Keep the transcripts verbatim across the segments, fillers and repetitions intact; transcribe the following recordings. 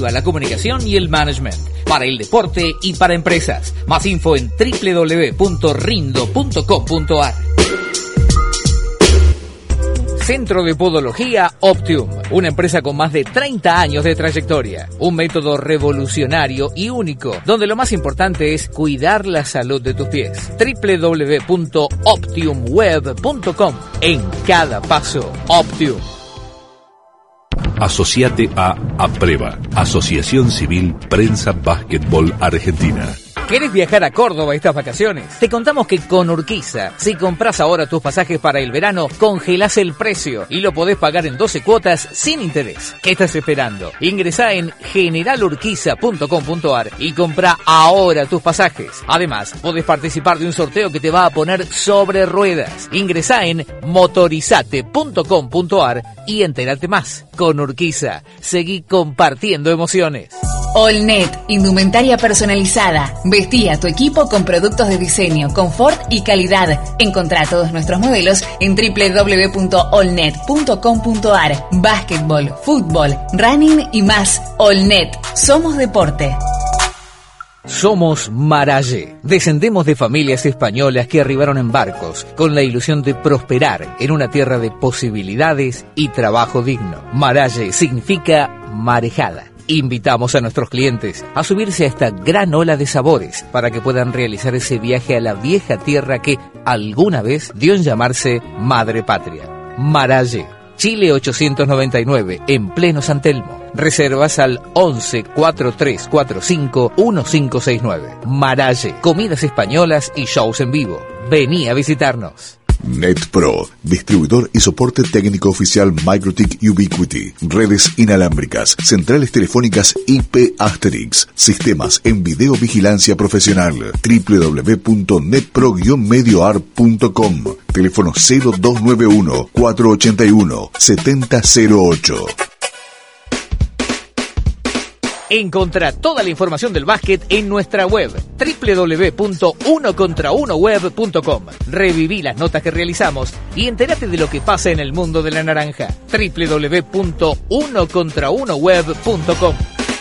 la comunicación y el management, para el deporte y para empresas. Más info en doble u doble u doble u punto rindo punto com punto a r. Centro de Podología Optium, una empresa con más de treinta años de trayectoria, un método revolucionario y único, donde lo más importante es cuidar la salud de tus pies. doble u doble u doble u punto optium web punto com. En cada paso, Optium. Asociate a APREVA, Asociación Civil Prensa Básquetbol Argentina. ¿Querés viajar a Córdoba estas vacaciones? Te contamos que con Urquiza, si compras ahora tus pasajes para el verano, congelás el precio y lo podés pagar en doce cuotas sin interés. ¿Qué estás esperando? Ingresá en general urquiza punto com punto a r y compra ahora tus pasajes. Además, podés participar de un sorteo que te va a poner sobre ruedas. Ingresá en motorizate punto com punto a r y entérate más. Con Urquiza, seguí compartiendo emociones. Allnet, indumentaria personalizada. Vestí a tu equipo con productos de diseño, confort y calidad. Encontrá todos nuestros modelos en doble u doble u doble u punto allnet punto com punto a r. Básquetbol, fútbol, running y más. Allnet, somos deporte. Somos Maralle. Descendemos de familias españolas que arribaron en barcos con la ilusión de prosperar en una tierra de posibilidades y trabajo digno. Maralle significa marejada. Invitamos a nuestros clientes a subirse a esta gran ola de sabores para que puedan realizar ese viaje a la vieja tierra que alguna vez dio en llamarse Madre Patria. Maralle, Chile ochocientos noventa y nueve, en pleno San Telmo. Reservas al once, cuarenta y tres cuarenta y cinco, quince sesenta y nueve. Maralle, comidas españolas y shows en vivo. Vení a visitarnos. NetPro, distribuidor y soporte técnico oficial MikroTik Ubiquiti, redes inalámbricas, centrales telefónicas I P Asterix, sistemas en videovigilancia profesional. doble u doble u doble u punto netpro guion medio ar punto com. Teléfono cero dos nueve uno, cuatro ocho uno, siete cero cero ocho. Encontrá toda la información del básquet en nuestra web doble u doble u doble u punto uno contra uno web punto com. Reviví las notas que realizamos y entérate de lo que pasa en el mundo de la naranja. doble u doble u doble u punto uno contra uno web punto com.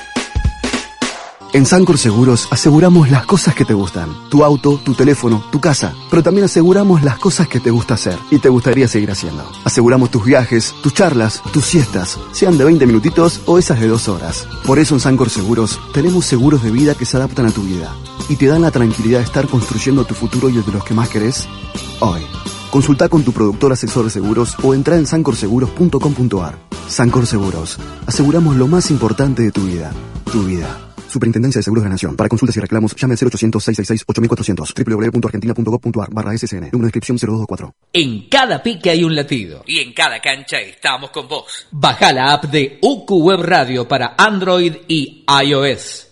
En Sancor Seguros aseguramos las cosas que te gustan. Tu auto, tu teléfono, tu casa. Pero también aseguramos las cosas que te gusta hacer y te gustaría seguir haciendo. Aseguramos tus viajes, tus charlas, tus siestas, sean de veinte minutitos o esas de dos horas. Por eso en Sancor Seguros tenemos seguros de vida que se adaptan a tu vida y te dan la tranquilidad de estar construyendo tu futuro y el de los que más querés hoy. Consulta con tu productor asesor de seguros o entra en sancor seguros punto com punto a r. Sancor Seguros. Aseguramos lo más importante de tu vida. Tu vida. Superintendencia de Seguros de la Nación. Para consultas y reclamos, llame al cero ochocientos, seiscientos sesenta y seis, ocho mil cuatrocientos. doble u doble u doble u punto argentina punto gov punto a r barra S S N. Número de inscripción cero dos dos cuatro. En cada pique hay un latido. Y en cada cancha estamos con vos. Baja la app de U Q Web Radio para Android y iOS.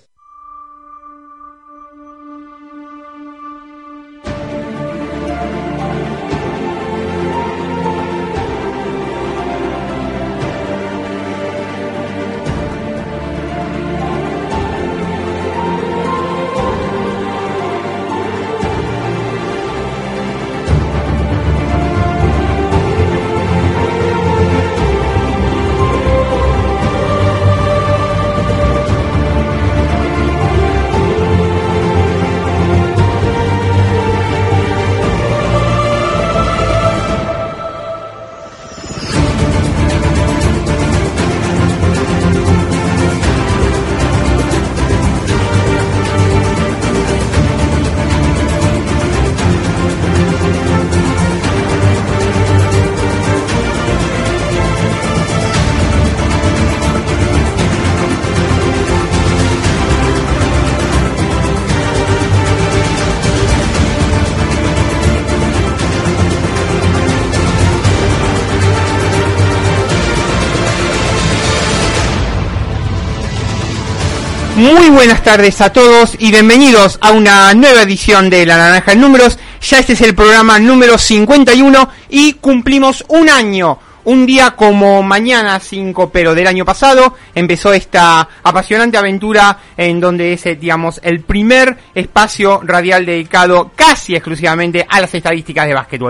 Muy buenas tardes a todos y bienvenidos a una nueva edición de La Naranja en Números. Ya este es el programa número cincuenta y uno y cumplimos un año. Un día como mañana cinco, pero del año pasado, empezó esta apasionante aventura en donde es, digamos, el primer espacio radial dedicado casi exclusivamente a las estadísticas de básquetbol.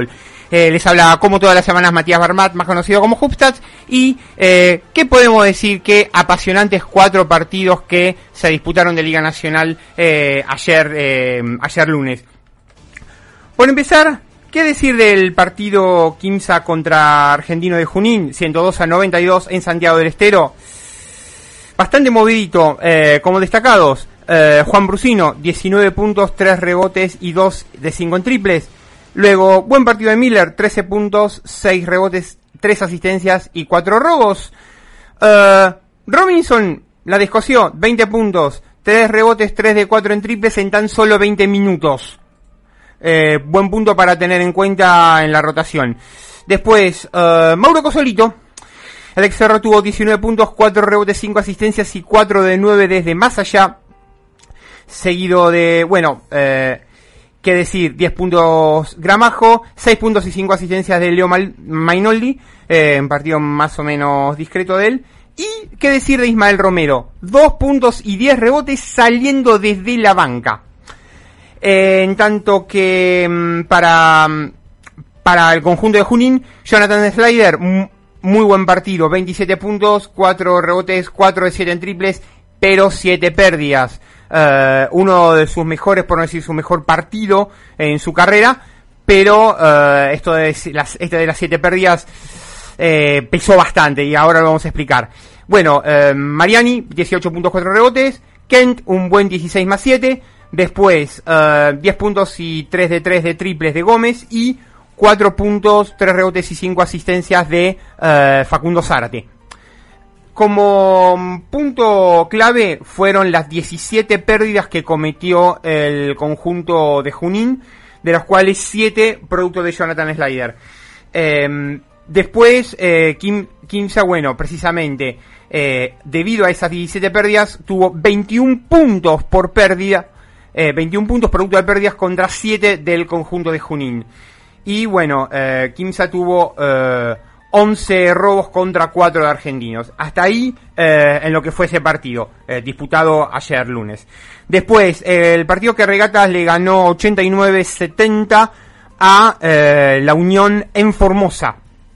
Eh, les habla como todas las semanas Matías Barmat, más conocido como Hubstats. Y eh, ¿qué podemos decir? Que apasionantes cuatro partidos que se disputaron de Liga Nacional eh, ayer, eh, ayer lunes. Por empezar, ¿qué decir del partido Quimsa contra Argentino de Junín? ciento dos a noventa y dos en Santiago del Estero. Bastante movidito, eh, como destacados. Eh, Juan Brusino, diecinueve puntos, tres rebotes y dos de cinco en triples. Luego, buen partido de Miller, trece puntos, seis rebotes, tres asistencias y cuatro robos. Uh, Robinson la descoció, veinte puntos, tres rebotes, tres de cuatro en triples en tan solo veinte minutos. Eh, buen punto para tener en cuenta en la rotación. Después, uh, Mauro Cosolito. Alex Ferro tuvo diecinueve puntos, cuatro rebotes, cinco asistencias y cuatro de nueve desde más allá. Seguido de, bueno, eh... qué decir, diez puntos Gramajo, seis puntos y cinco asistencias de Leo Mal- Mainoldi, eh, en partido más o menos discreto de él. Y qué decir de Ismael Romero, dos puntos y diez rebotes saliendo desde la banca. Eh, en tanto que para, para el conjunto de Junín, Jonathan Slider, m- muy buen partido, veintisiete puntos, cuatro rebotes, cuatro de siete en triples, pero siete pérdidas. Uh, uno de sus mejores, por no decir su mejor partido en su carrera, pero uh, esto de las, este de las siete pérdidas eh, pesó bastante y ahora lo vamos a explicar. Bueno, uh, Mariani, dieciocho puntos, cuatro rebotes, Kent, un buen dieciséis más siete, después uh, diez puntos y tres de tres de triples de Gómez y cuatro puntos, tres rebotes y cinco asistencias de uh, Facundo Zárate. Como punto clave fueron las diecisiete pérdidas que cometió el conjunto de Junín, de las cuales siete producto de Jonathan Slider. Eh, después, eh, Kim, Quimsa, bueno, precisamente, eh, debido a esas diecisiete pérdidas, tuvo veintiún puntos por pérdida, eh, veintiún puntos producto de pérdidas contra siete del conjunto de Junín. Y bueno, eh, Quimsa tuvo... Eh, once robos contra cuatro de argentinos. Hasta ahí eh, en lo que fue ese partido, eh, disputado ayer lunes. Después, eh, el partido que Regatas le ganó ochenta y nueve setenta a eh, la Unión en Formosa.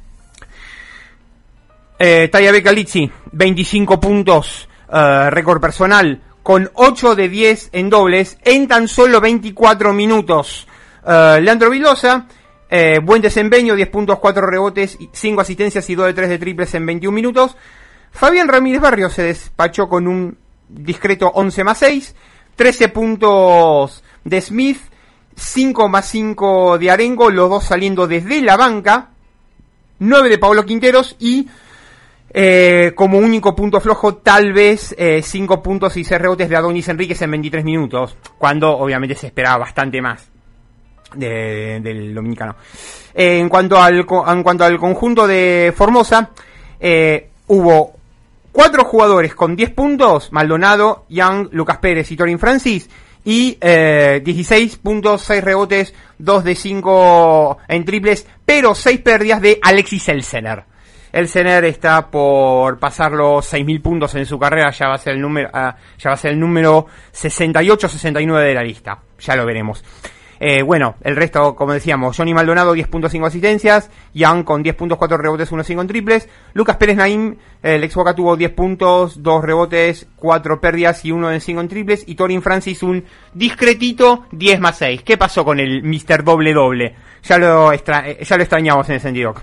Eh, Taya Becalizzi, veinticinco puntos, eh, récord personal, con ocho de diez en dobles en tan solo veinticuatro minutos. Eh, Leandro Vildosa, Eh, buen desempeño, diez puntos, cuatro rebotes, cinco asistencias y dos de tres de triples en veintiún minutos. Fabián Ramírez Barrios se despachó con un discreto once más seis, trece puntos de Smith, cinco más cinco de Arengo, los dos saliendo desde la banca, nueve de Pablo Quinteros y eh, como único punto flojo tal vez eh, cinco puntos y seis rebotes de Adonis Enríquez en veintitrés minutos, cuando obviamente se esperaba bastante más. De, de, del dominicano. Eh, en cuanto al en cuanto al conjunto de Formosa, eh, hubo cuatro jugadores con diez puntos: Maldonado, Young, Lucas Pérez y Torin Francis, y eh, dieciséis puntos, seis rebotes, dos de cinco en triples, pero seis pérdidas de Alexis Elsener. Elsener está por pasar los seis mil puntos en su carrera, ya va a ser el número uh, ya va a ser el número sesenta y ocho sesenta y nueve de la lista. Ya lo veremos. Eh, bueno, el resto, como decíamos, Johnny Maldonado, diez puntos, cinco asistencias, Young con diez puntos, cuatro rebotes, uno cinco en triples, Lucas Pérez Naim, el ex Boca, tuvo diez puntos, dos rebotes, cuatro pérdidas y uno de cinco en triples, y Torin Francis un discretito diez más seis. ¿Qué pasó con el mister Doble Doble? Ya lo, extra- ya lo extrañamos en ese sentido.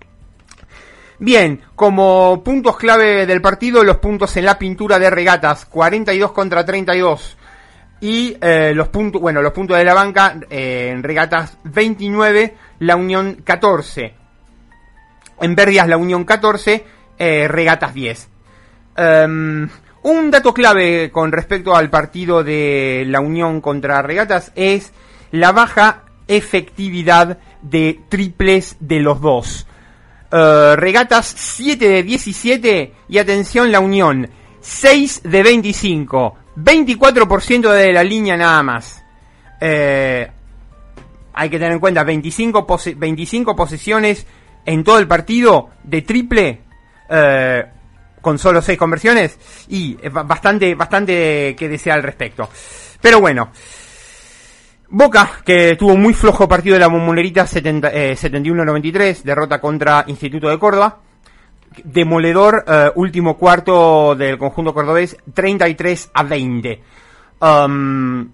Bien, como puntos clave del partido, los puntos en la pintura de Regatas, cuarenta y dos contra treinta y dos. Y eh, los puntos, bueno, los puntos de la banca, eh, en Regatas veintinueve, la Unión catorce. En pérdidas la Unión catorce, eh, Regatas diez. Um, un dato clave con respecto al partido de la Unión contra Regatas es la baja efectividad de triples de los dos. Uh, Regatas siete de diecisiete y atención la Unión seis de veinticinco. veinticuatro por ciento de la línea nada más. Eh, hay que tener en cuenta veinticinco, pose- veinticinco posesiones en todo el partido de triple, eh, con solo seis conversiones, y bastante, bastante que desear al respecto. Pero bueno, Boca, que tuvo muy flojo partido de la Bombonera, setenta, eh, setenta y uno a noventa y tres, derrota contra Instituto de Córdoba. Demoledor, eh, último cuarto del conjunto cordobés, treinta y tres a veinte. Um,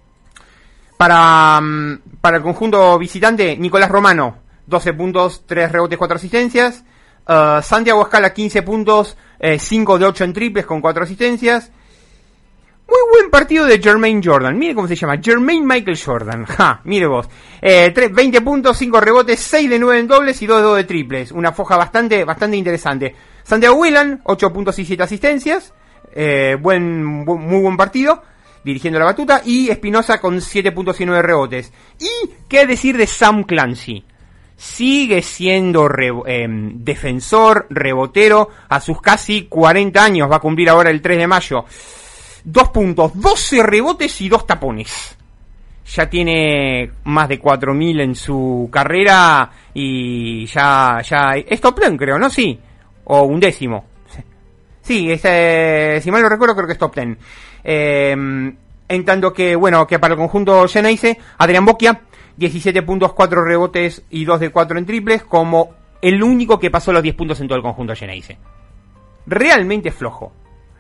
para, um, para el conjunto visitante, Nicolás Romano, doce puntos, tres rebotes, cuatro asistencias. Uh, Santiago Escala, quince puntos, eh, cinco de ocho en triples con cuatro asistencias. Muy buen partido de Jermaine Jordan. Mire cómo se llama. Jermaine Michael Jordan. Ja, mire vos. Eh, veinte puntos, cinco rebotes, seis de nueve en dobles y dos de dos de triples. Una foja bastante, bastante interesante. Santiago Whelan, ocho puntos y siete asistencias. Eh, buen, bu- muy buen partido. Dirigiendo la batuta. Y Espinosa con siete puntos y nueve rebotes. Y, ¿qué decir de Sam Clancy? Sigue siendo re- eh, defensor, rebotero, a sus casi cuarenta años. Va a cumplir ahora el tres de mayo. Dos puntos, doce rebotes y dos tapones. Ya tiene más de cuatro mil en su carrera y ya, ya es top ten, creo, ¿no? Sí, o un décimo. Sí, es, eh, si mal no recuerdo, creo que es top ten. Eh, en tanto que, bueno, que para el conjunto Geneise, Adrián Bocchia, diecisiete puntos, cuatro rebotes y dos de cuatro en triples, como el único que pasó los diez puntos en todo el conjunto Geneise. Realmente flojo.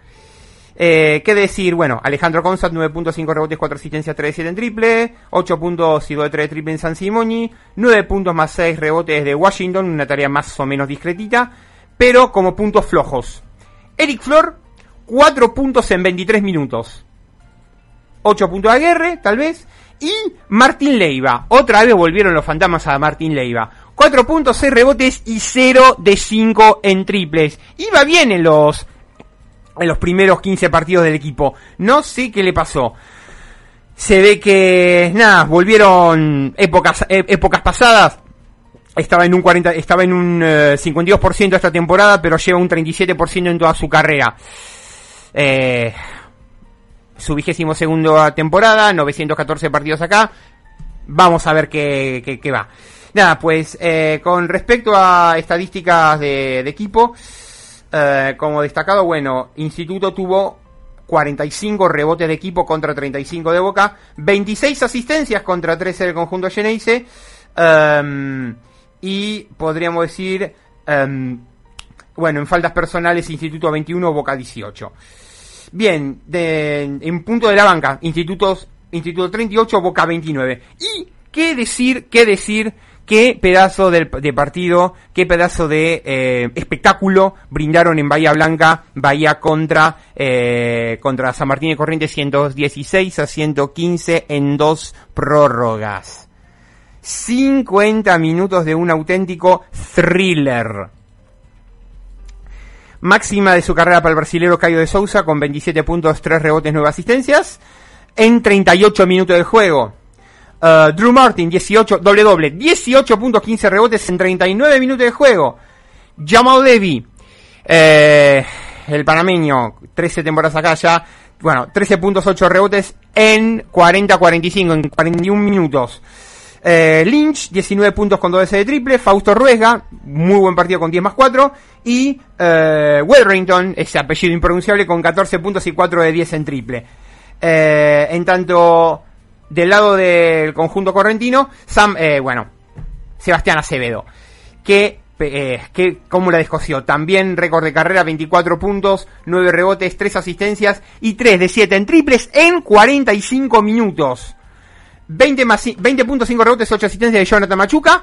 Eh, ¿Qué decir? Bueno, Alejandro Constat, nueve puntos, cinco rebotes, cuatro asistencias, tres de siete en triple, ocho puntos y dos de tres de triple en San Simoni, nueve puntos más seis rebotes de Washington, una tarea más o menos discretita, pero como puntos flojos. Eric Flor, cuatro puntos en veintitrés minutos. ocho puntos de Aguerre, tal vez. Y Martín Leiva, otra vez volvieron los fantasmas a Martín Leiva. cuatro puntos, seis rebotes y cero de cinco en triples. Iba bien en los... en los primeros quince partidos del equipo. No sé qué le pasó. Se ve que, nada, volvieron épocas eh, épocas pasadas. Estaba en un cuarenta, estaba en un uh, cincuenta y dos por ciento esta temporada, pero lleva un treinta y siete por ciento en toda su carrera. Eh, su vigésimo segunda temporada, novecientos catorce partidos acá. Vamos a ver qué, qué, qué va. Nada, pues eh, con respecto a estadísticas de, de equipo, Uh, como destacado, bueno, Instituto tuvo cuarenta y cinco rebotes de equipo contra treinta y cinco de Boca, veintiséis asistencias contra trece del conjunto Geneise, um, y podríamos decir, um, bueno, en faltas personales, Instituto veintiuno, Boca dieciocho. Bien, de, en punto de la banca, Institutos, Instituto treinta y ocho, Boca veintinueve. Y, ¿qué decir, qué decir? Qué pedazo de, de partido, qué pedazo de eh, espectáculo brindaron en Bahía Blanca, Bahía contra eh, contra San Martín de Corrientes, ciento dieciséis a ciento quince en dos prórrogas. cincuenta minutos de un auténtico thriller. Máxima de su carrera para el brasilero Caio de Souza con veintisiete puntos, tres rebotes, nueve asistencias en treinta y ocho minutos de juego. Uh, Drew Martin, dieciocho, doble doble, dieciocho puntos, quince rebotes en treinta y nueve minutos de juego. Jamal Levy, eh, el panameño, trece temporadas acá ya, bueno, trece puntos, ocho rebotes en cuarenta a cuarenta y cinco, en cuarenta y uno minutos. Eh, Lynch, diecinueve puntos con dos veces de triple. Fausto Ruesga, muy buen partido con diez más cuatro. Y eh, Welrington, ese apellido impronunciable, con catorce puntos y cuatro de diez en triple. Eh, en tanto... Del lado del conjunto correntino, Sam, eh, bueno, Sebastián Acevedo, que, eh, que cómo la descoció. También récord de carrera, veinticuatro puntos, nueve rebotes, tres asistencias y tres de siete en triples en cuarenta y cinco minutos. veinte, más, veinte puntos, cinco rebotes, ocho asistencias de Jonathan Machuca.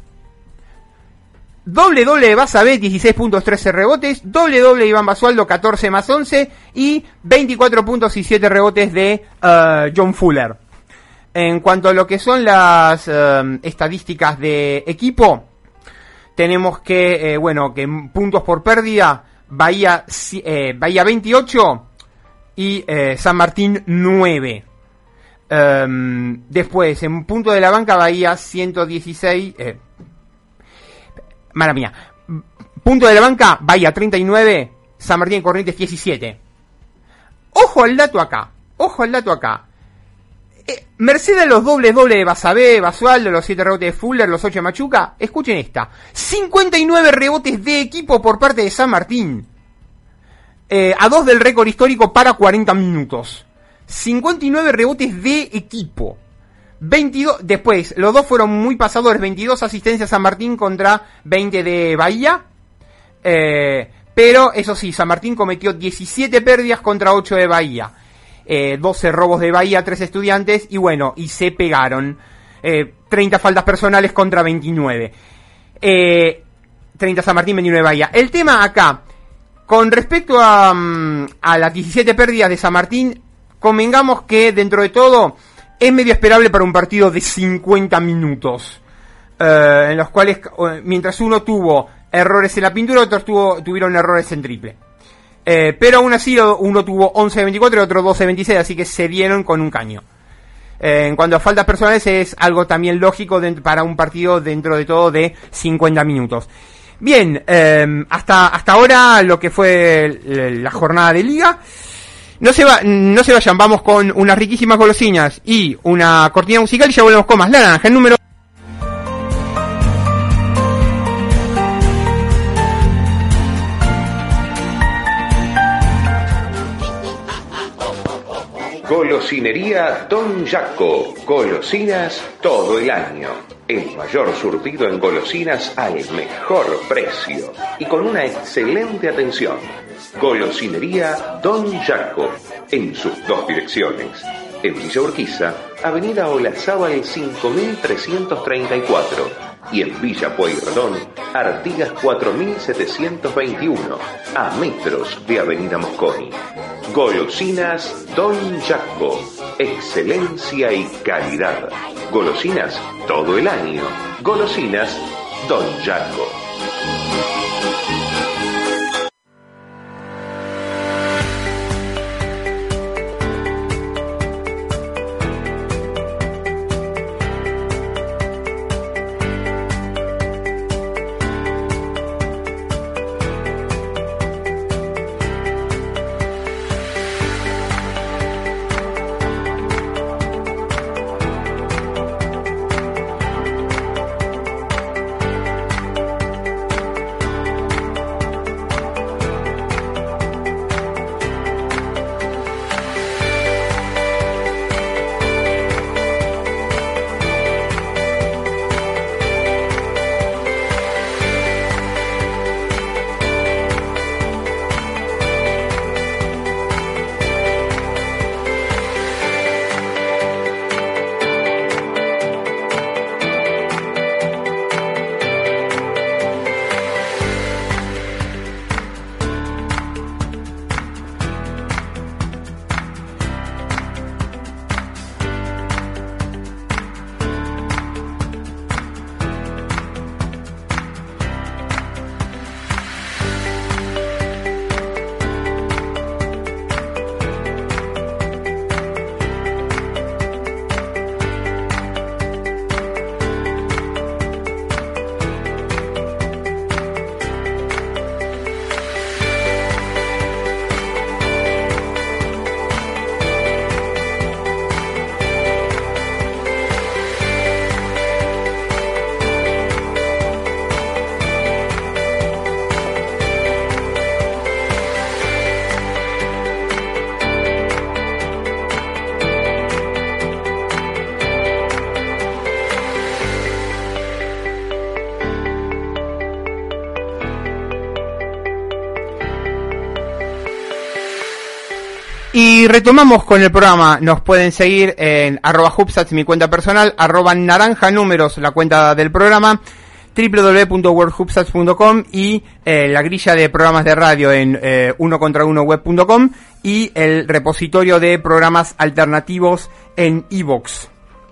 Doble doble de Basabe, dieciséis puntos, trece rebotes. Doble doble de Iván Basualdo, catorce más once. Y veinticuatro puntos y siete rebotes de uh, John Fuller. En cuanto a lo que son las eh, estadísticas de equipo, tenemos que, eh, bueno, que en puntos por pérdida, Bahía, eh, Bahía veintiocho y eh, San Martín nueve. Um, después, en punto de la banca, Bahía ciento dieciséis. Eh, mala mía. Punto de la banca, Bahía treinta y nueve, San Martín de Corrientes diecisiete. Ojo al dato acá, ojo al dato acá. Eh, merced a los dobles dobles de Basabe, Basualdo, los siete rebotes de Fuller, los ocho de Machuca, escuchen esta. cincuenta y nueve rebotes de equipo por parte de San Martín. Eh, a dos del récord histórico para cuarenta minutos. cincuenta y nueve rebotes de equipo. veintidós, después, los dos fueron muy pasadores, veintidós asistencias San Martín contra veinte de Bahía. Eh, pero, eso sí, San Martín cometió diecisiete pérdidas contra ocho de Bahía. Eh, doce robos de Bahía, tres Estudiantes, y bueno, y se pegaron. Eh, treinta faltas personales contra veintinueve. Eh, treinta San Martín, veintinueve Bahía. El tema acá, con respecto a, a las diecisiete pérdidas de San Martín, convengamos que dentro de todo es medio esperable para un partido de cincuenta minutos, eh, en los cuales, mientras uno tuvo errores en la pintura, otros tuvo, tuvieron errores en triple. Eh, pero aún así, uno tuvo once de veinticuatro y otro doce de veintiséis, así que se dieron con un caño. Eh, en cuanto a faltas personales, es algo también lógico de, para un partido dentro de todo de cincuenta minutos. Bien, eh, hasta, hasta ahora lo que fue la jornada de liga. No se va, no se vayan, vamos con unas riquísimas golosinas y una cortina musical y ya volvemos con más. La Naranja, el número... Golosinería Don Jaco. Golosinas todo el año. El mayor surtido en golosinas al mejor precio y con una excelente atención. Golosinería Don Jaco, en sus dos direcciones. En Villa Urquiza, Avenida Olazábal cinco mil trescientos treinta y cuatro. Y en Villa Pueyrredón, Artigas cuatro mil setecientos veintiuno, a metros de Avenida Mosconi. Golosinas Don Jaco, excelencia y calidad. Golosinas todo el año. Golosinas Don Jaco. Y retomamos con el programa. Nos pueden seguir en arroba hubstats, mi cuenta personal, arroba naranja números, la cuenta del programa, doble u doble u doble u punto world hubstats punto com y eh, la grilla de programas de radio en eh, uno contra uno web punto com y el repositorio de programas alternativos en iVoox.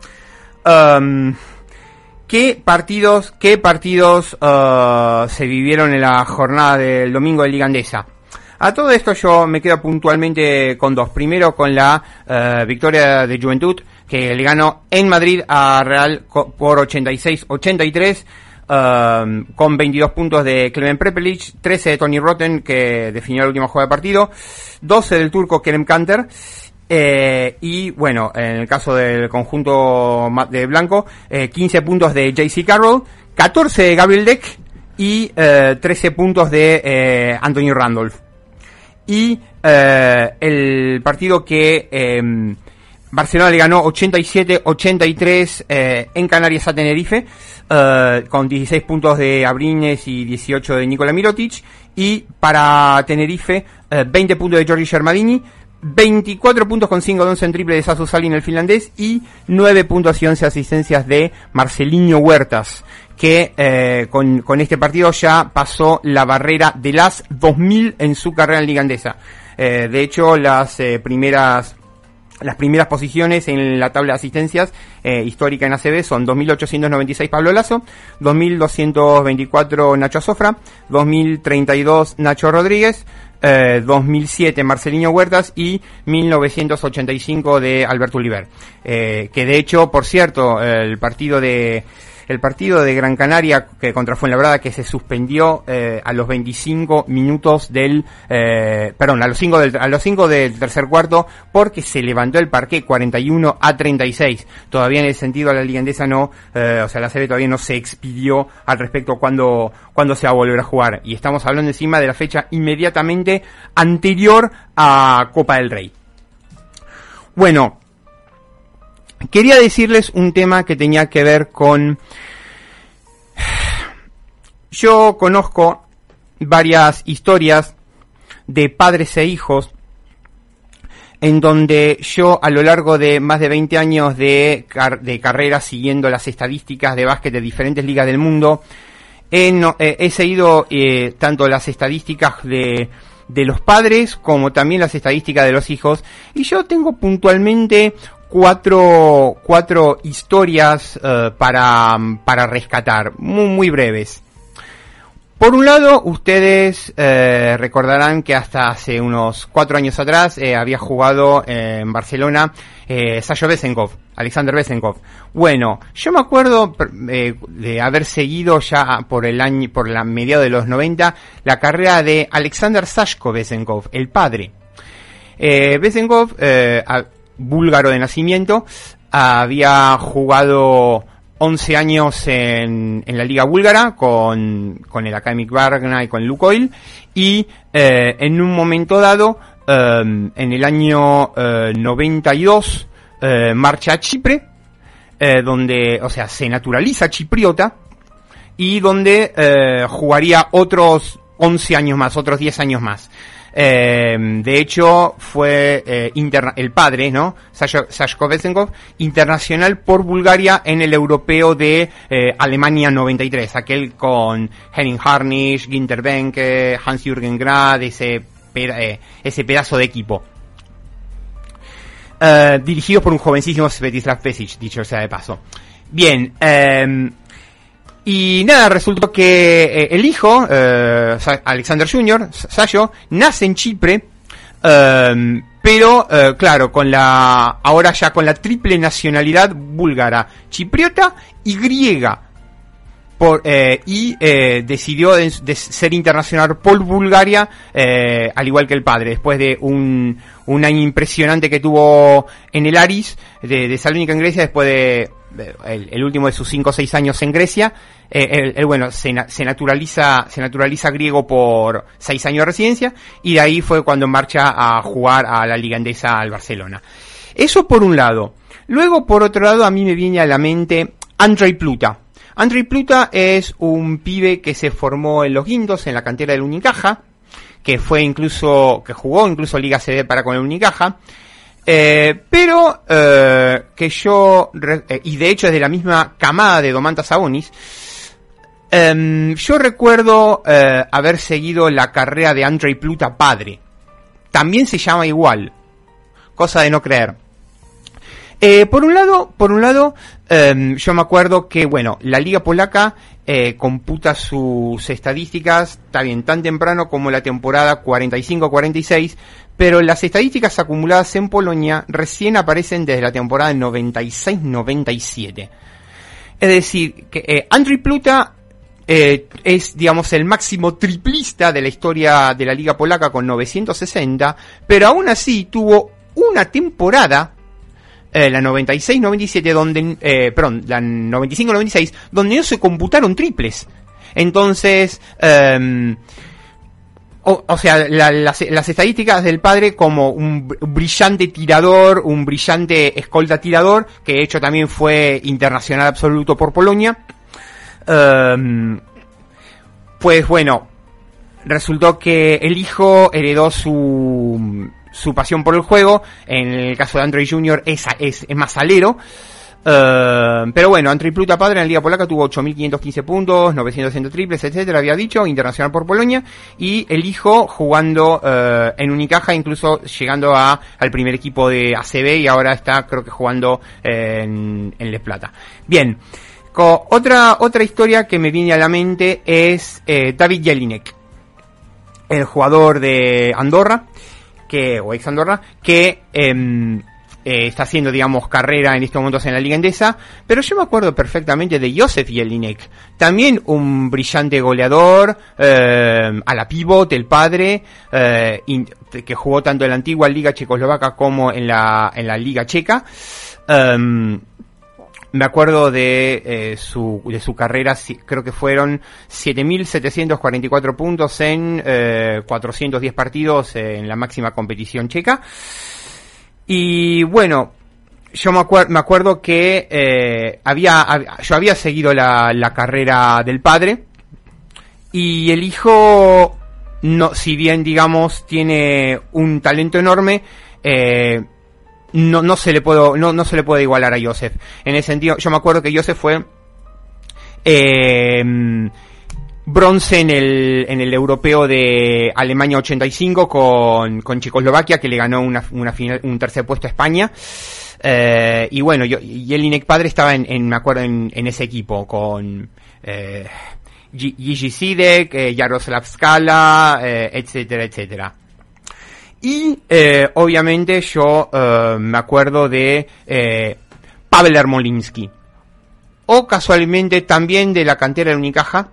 Um, ¿Qué partidos, qué partidos uh, se vivieron en la jornada del domingo de Liga Andesa? A todo esto yo me quedo puntualmente con dos. Primero con la uh, victoria de Juventud, que le ganó en Madrid a Real por ochenta y seis a ochenta y tres, uh, con veintidós puntos de Klemen Prepelic, trece de Tony Rotten, que definió la última jugada de partido, doce del turco Kerem Kanter, eh, y bueno, en el caso del conjunto de Blanco, eh, quince puntos de J C Carroll, catorce de Gabriel Deck y eh, trece puntos de eh, Anthony Randolph. Y eh, el partido que eh, Barcelona le ganó ochenta y siete ochenta y tres eh, en Canarias a Tenerife, eh, con dieciséis puntos de Abrines y dieciocho de Nikola Mirotic. Y para Tenerife, eh, veinte puntos de Giorgi Shermadini, veinticuatro puntos con cinco de once en triple de Sasu Salin, el finlandés, y nueve puntos y once asistencias de Marcelinho Huertas, que eh, con, con este partido ya pasó la barrera de las dos mil en su carrera en Liga Andesa. Eh, de hecho, las eh, primeras las primeras posiciones en la tabla de asistencias eh, histórica en A C B son dos mil ochocientos noventa y seis Pablo Lasso, dos mil doscientos veinticuatro Nacho Azofra, dos mil treinta y dos Nacho Rodríguez, eh, dos mil siete Marcelinho Huertas y mil novecientos ochenta y cinco de Alberto Oliver. Eh, que de hecho, por cierto, el partido de El partido de Gran Canaria que contra Fuenlabrada, que se suspendió eh, a los veinticinco minutos del, eh, perdón, a los cinco del, a los cinco del tercer cuarto, porque se levantó el parqué cuarenta y uno a treinta y seis. Todavía en ese sentido la Liga Andesa no, eh, o sea, la serie todavía no se expidió al respecto cuando, cuando se va a volver a jugar. Y estamos hablando encima de la fecha inmediatamente anterior a Copa del Rey. Bueno, quería decirles un tema que tenía que ver con... Yo conozco varias historias de padres e hijos en donde yo, a lo largo de más de veinte años de, car- de carrera siguiendo las estadísticas de básquet de diferentes ligas del mundo, he, no, eh, he seguido eh, tanto las estadísticas de... de los padres como también las estadísticas de los hijos, y yo tengo puntualmente cuatro cuatro historias uh, para para rescatar, muy muy breves. Por un lado, ustedes eh, recordarán que hasta hace unos cuatro años atrás eh, había jugado eh, en Barcelona eh, Sasho Vesenkov, Alexander Vesenkov. Bueno, yo me acuerdo eh, de haber seguido ya por el año, por la mediados de los noventa, la carrera de Alexander Sashko Vesenkov, el padre. Eh, Vesenkov, eh, a, búlgaro de nacimiento, había jugado once años en, en la liga búlgara con, con el Academic Varna y con Lukoil, y eh, en un momento dado, eh, en el año eh, noventa y dos, eh, marcha a Chipre, eh, donde, o sea, se naturaliza chipriota, y donde eh, jugaría otros once años más, otros diez años más. Eh, de hecho, fue eh, interna- el padre, ¿no? Sashko Vesenkov, internacional por Bulgaria en el europeo de eh, Alemania noventa y tres, aquel con Henning Harnisch, Ginter Benke, Hans-Jürgen Grad, ese, peda- eh, ese pedazo de equipo. Eh, dirigidos por un jovencísimo Svetislav Pesic, dicho sea de paso. Bien, eh, y nada, resultó que eh, el hijo, eh, Alexander junior, Sasho, nace en Chipre, eh, pero eh, claro, con la ahora ya con la triple nacionalidad búlgara, chipriota y griega, por, eh, y eh, decidió de, de ser internacional por Bulgaria, eh, al igual que el padre, después de un, un año impresionante que tuvo en el Aris de, de Salónica en Grecia, después de El, el último de sus cinco o seis años en Grecia, eh, él, él, bueno, se, se naturaliza, se naturaliza griego por seis años de residencia, y de ahí fue cuando marcha a jugar a la Liga Andesa al Barcelona. Eso por un lado. Luego, por otro lado, a mí me viene a la mente Andrei Pluta. Andrei Pluta es un pibe que se formó en Los Guindos, en la cantera del Unicaja, que fue incluso, que jugó incluso Liga C D para con el Unicaja. Eh, pero eh, que yo eh, y de hecho es de la misma camada de Domantas Sabonis. eh, yo recuerdo eh, haber seguido la carrera de Andrei Pluta padre, también se llama igual, cosa de no creer. Eh, por un lado, por un lado, eh, yo me acuerdo que, bueno, la liga polaca eh, computa sus estadísticas, está bien, tan temprano como la temporada cuarenta y cinco cuarenta y seis, pero las estadísticas acumuladas en Polonia recién aparecen desde la temporada noventa y seis noventa y siete. Es decir, que eh, Andrei Pluta eh, es, digamos, el máximo triplista de la historia de la liga polaca con novecientos sesenta, pero aún así tuvo una temporada, Eh, la noventa y seis noventa y siete, donde, eh, perdón, la noventa y cinco noventa y seis, donde no se computaron triples. Entonces, eh, O, o sea, la, las, las estadísticas del padre como un brillante tirador, un brillante escolta tirador, que de hecho también fue internacional absoluto por Polonia. Um, pues bueno, resultó que el hijo heredó su, su pasión por el juego. En el caso de Andrzej junior es, es, es más alero. Uh, pero bueno, Andrzej Pluta padre en la Liga Polaca tuvo ocho mil quinientos quince puntos, novecientos triples, etcétera, había dicho, internacional por Polonia, y el hijo jugando uh, en Unicaja, incluso llegando a al primer equipo de A C B, y ahora está creo que jugando eh, en, en Les Plata. Bien, co- otra otra historia que me viene a la mente es eh, David Jelinek, el jugador de Andorra, que o ex Andorra, que eh, Eh, está haciendo, digamos, carrera en estos momentos en la Liga Endesa, pero yo me acuerdo perfectamente de Josef Jelinek, también un brillante goleador, eh, a la pivot, el padre, eh, in, que jugó tanto en la antigua Liga Checoslovaca como en la, en la Liga Checa. Um, Me acuerdo de eh, su de su carrera, creo que fueron siete mil setecientos cuarenta y cuatro puntos en eh, cuatrocientos diez partidos eh, en la máxima competición checa. Y bueno, yo me, acuer- me acuerdo que eh, había, hab- yo había seguido la, la carrera del padre, y el hijo, no, si bien digamos tiene un talento enorme, eh, no, no se le puedo, no, no se le puede igualar a Josef. En ese sentido, yo me acuerdo que Josef fue eh, bronce en el en el europeo de Alemania ochenta y cinco con con Checoslovaquia, que le ganó una una final, un tercer puesto a España. Eh, y bueno, yo Jelinek padre estaba en, en me acuerdo en, en ese equipo con eh, Gigi Sidek, eh, Jaroslav Skala, eh, etcétera, etcétera. Y eh, obviamente yo eh, me acuerdo de eh, Pavel Ermolinsky, o casualmente también de la cantera de Unicaja.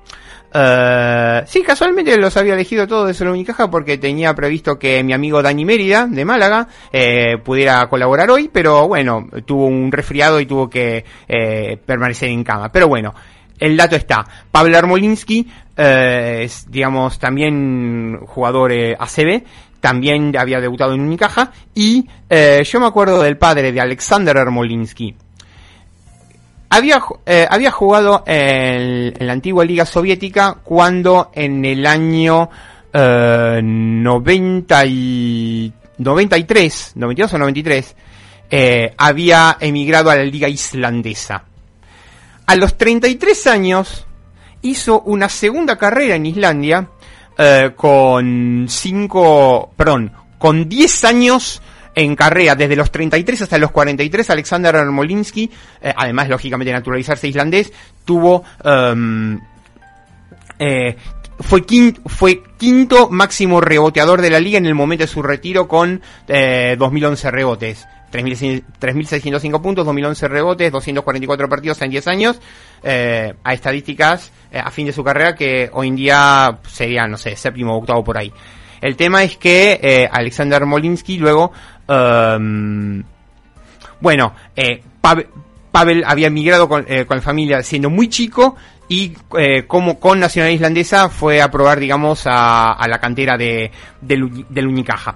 Uh, sí, casualmente los había elegido todos de solo Unicaja porque tenía previsto que mi amigo Dani Mérida, de Málaga, eh, pudiera colaborar hoy, pero bueno, tuvo un resfriado y tuvo que eh, permanecer en cama. Pero bueno, el dato está. Pavel Ermolinsky eh, es, digamos, también jugador eh, A C B, también había debutado en Unicaja, y eh, yo me acuerdo del padre de Alexander Ermolinsky. Había, eh, había jugado en, en la antigua Liga Soviética cuando en el año eh, noventa y, noventa y tres, noventa y dos o noventa y tres, eh, había emigrado a la Liga Islandesa. A los treinta y tres años hizo una segunda carrera en Islandia eh, con cinco, perdón, con diez años en carrera, desde los treinta y tres hasta los cuarenta y tres. Alexander Ermolinsky, eh, además lógicamente de naturalizarse islandés, tuvo um, eh, fue quinto, fue quinto máximo reboteador de la liga en el momento de su retiro con eh, dos mil once rebotes, tres mil seiscientos cinco puntos, dos mil once rebotes, doscientos cuarenta y cuatro partidos en diez años, eh, a estadísticas eh, a fin de su carrera que hoy en día sería, no sé, séptimo o octavo por ahí. El tema es que eh, Alexander Ermolinsky luego, um, bueno, eh, Pavel, Pavel había emigrado con, eh, con la familia siendo muy chico, y eh, como con nacionalidad islandesa fue a probar, digamos, a, a la cantera de del, del Unicaja.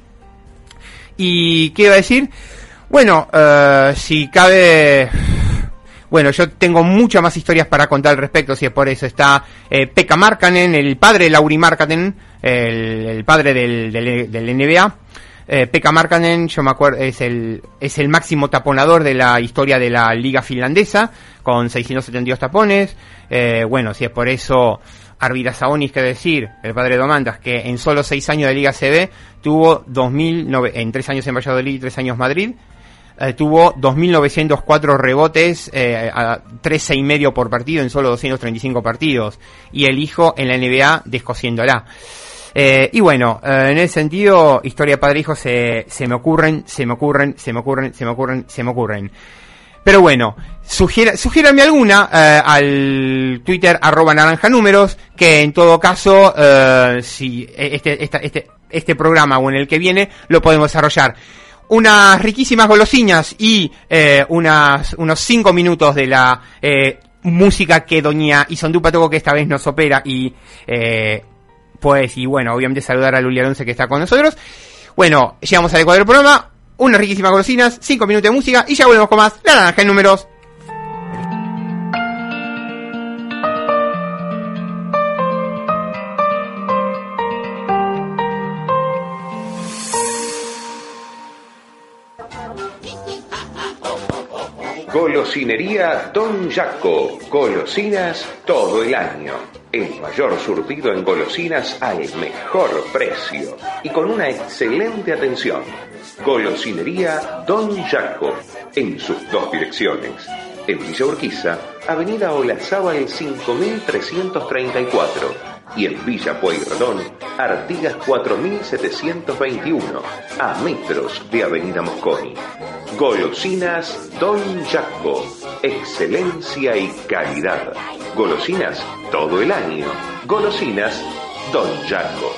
¿Y qué iba a decir? Bueno, uh, si cabe... Bueno, yo tengo muchas más historias para contar al respecto, si es por eso. Está eh, Pekka Markkanen, el padre de Lauri Markkanen, el, el padre del, del, del N B A. Eh, Pekka Markkanen, yo me acuerdo, es el, es el máximo taponador de la historia de la liga finlandesa, con seiscientos setenta y dos tapones. Eh, bueno, si es por eso, Arvidas Sabonis, que decir, el padre de Domantas, que en solo seis años de Liga C B tuvo dos mil, en tres años en Valladolid y tres años Madrid, Eh, tuvo dos mil novecientos cuatro rebotes, eh, a trece y medio por partido en solo doscientos treinta y cinco partidos, y el hijo en la N B A descosiéndola. Eh, y bueno, eh, en ese sentido, historia de padre-hijo se, se me ocurren, se me ocurren, se me ocurren, se me ocurren, se me ocurren. Pero bueno, sugiera, sugiérame alguna eh, al Twitter arroba naranja números, que en todo caso, eh, si este, esta, este, este programa o en el que viene lo podemos desarrollar. Unas riquísimas golosinas y eh, unas, unos cinco minutos de la eh, música que doña Isondú Patoco, que esta vez nos opera y eh, Pues, y bueno, obviamente saludar a Luli Alonso que está con nosotros. Bueno, llegamos al Ecuador del programa, unas riquísimas golosinas, cinco minutos de música y ya volvemos con más La Naranja en Números. Golosinería Don Jaco. Golosinas todo el año. El mayor surtido en golosinas al mejor precio y con una excelente atención. Golosinería Don Jaco. En sus dos direcciones. En Villa Urquiza, Avenida Olazábal cinco mil trescientos treinta y cuatro. Y en Villa Pueyrredón, Artigas cuatro mil setecientos veintiuno, a metros de Avenida Mosconi. Golosinas Don Jaco, excelencia y calidad. Golosinas todo el año. Golosinas Don Jaco.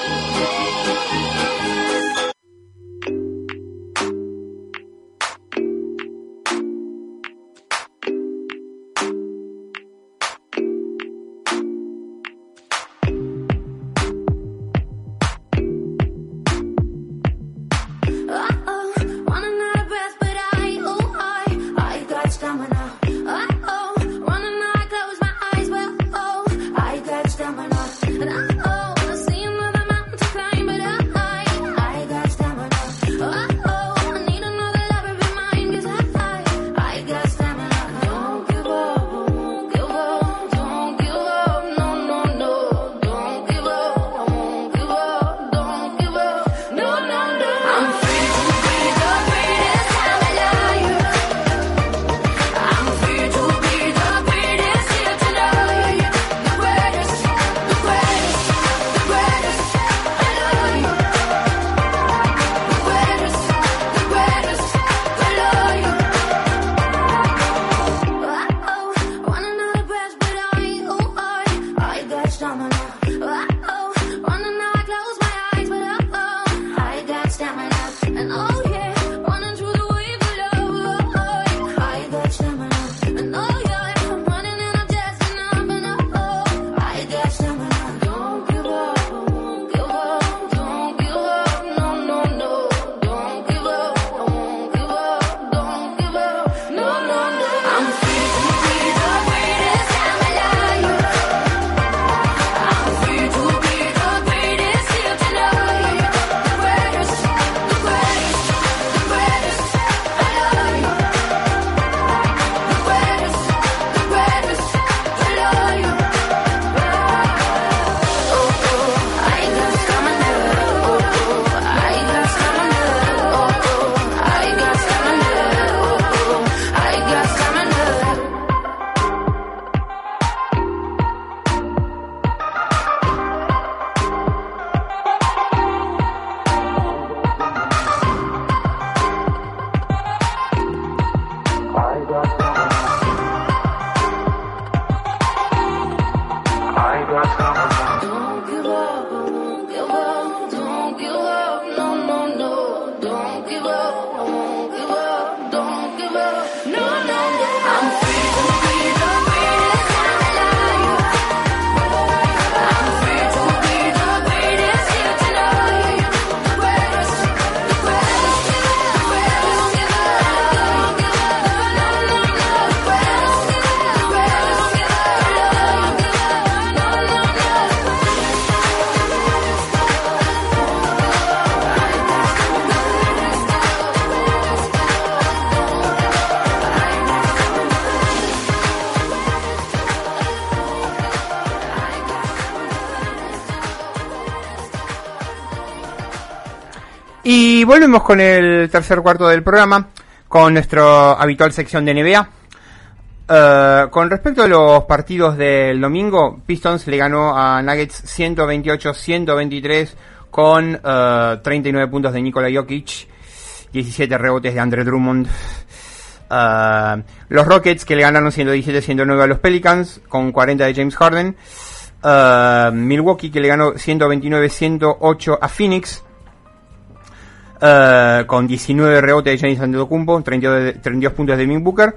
Y volvemos con el tercer cuarto del programa, con nuestra habitual sección de N B A. Uh, con respecto a los partidos del domingo, Pistons le ganó a Nuggets ciento veintiocho a ciento veintitrés con uh, treinta y nueve puntos de Nikola Jokic, diecisiete rebotes de Andre Drummond. Uh, los Rockets que le ganaron ciento diecisiete a ciento nueve a los Pelicans con cuarenta de James Harden. Uh, Milwaukee que le ganó ciento veintinueve a ciento ocho a Phoenix. Uh, con diecinueve rebotes de Giannis Antetokounmpo, treinta y dos puntos de Devin Booker.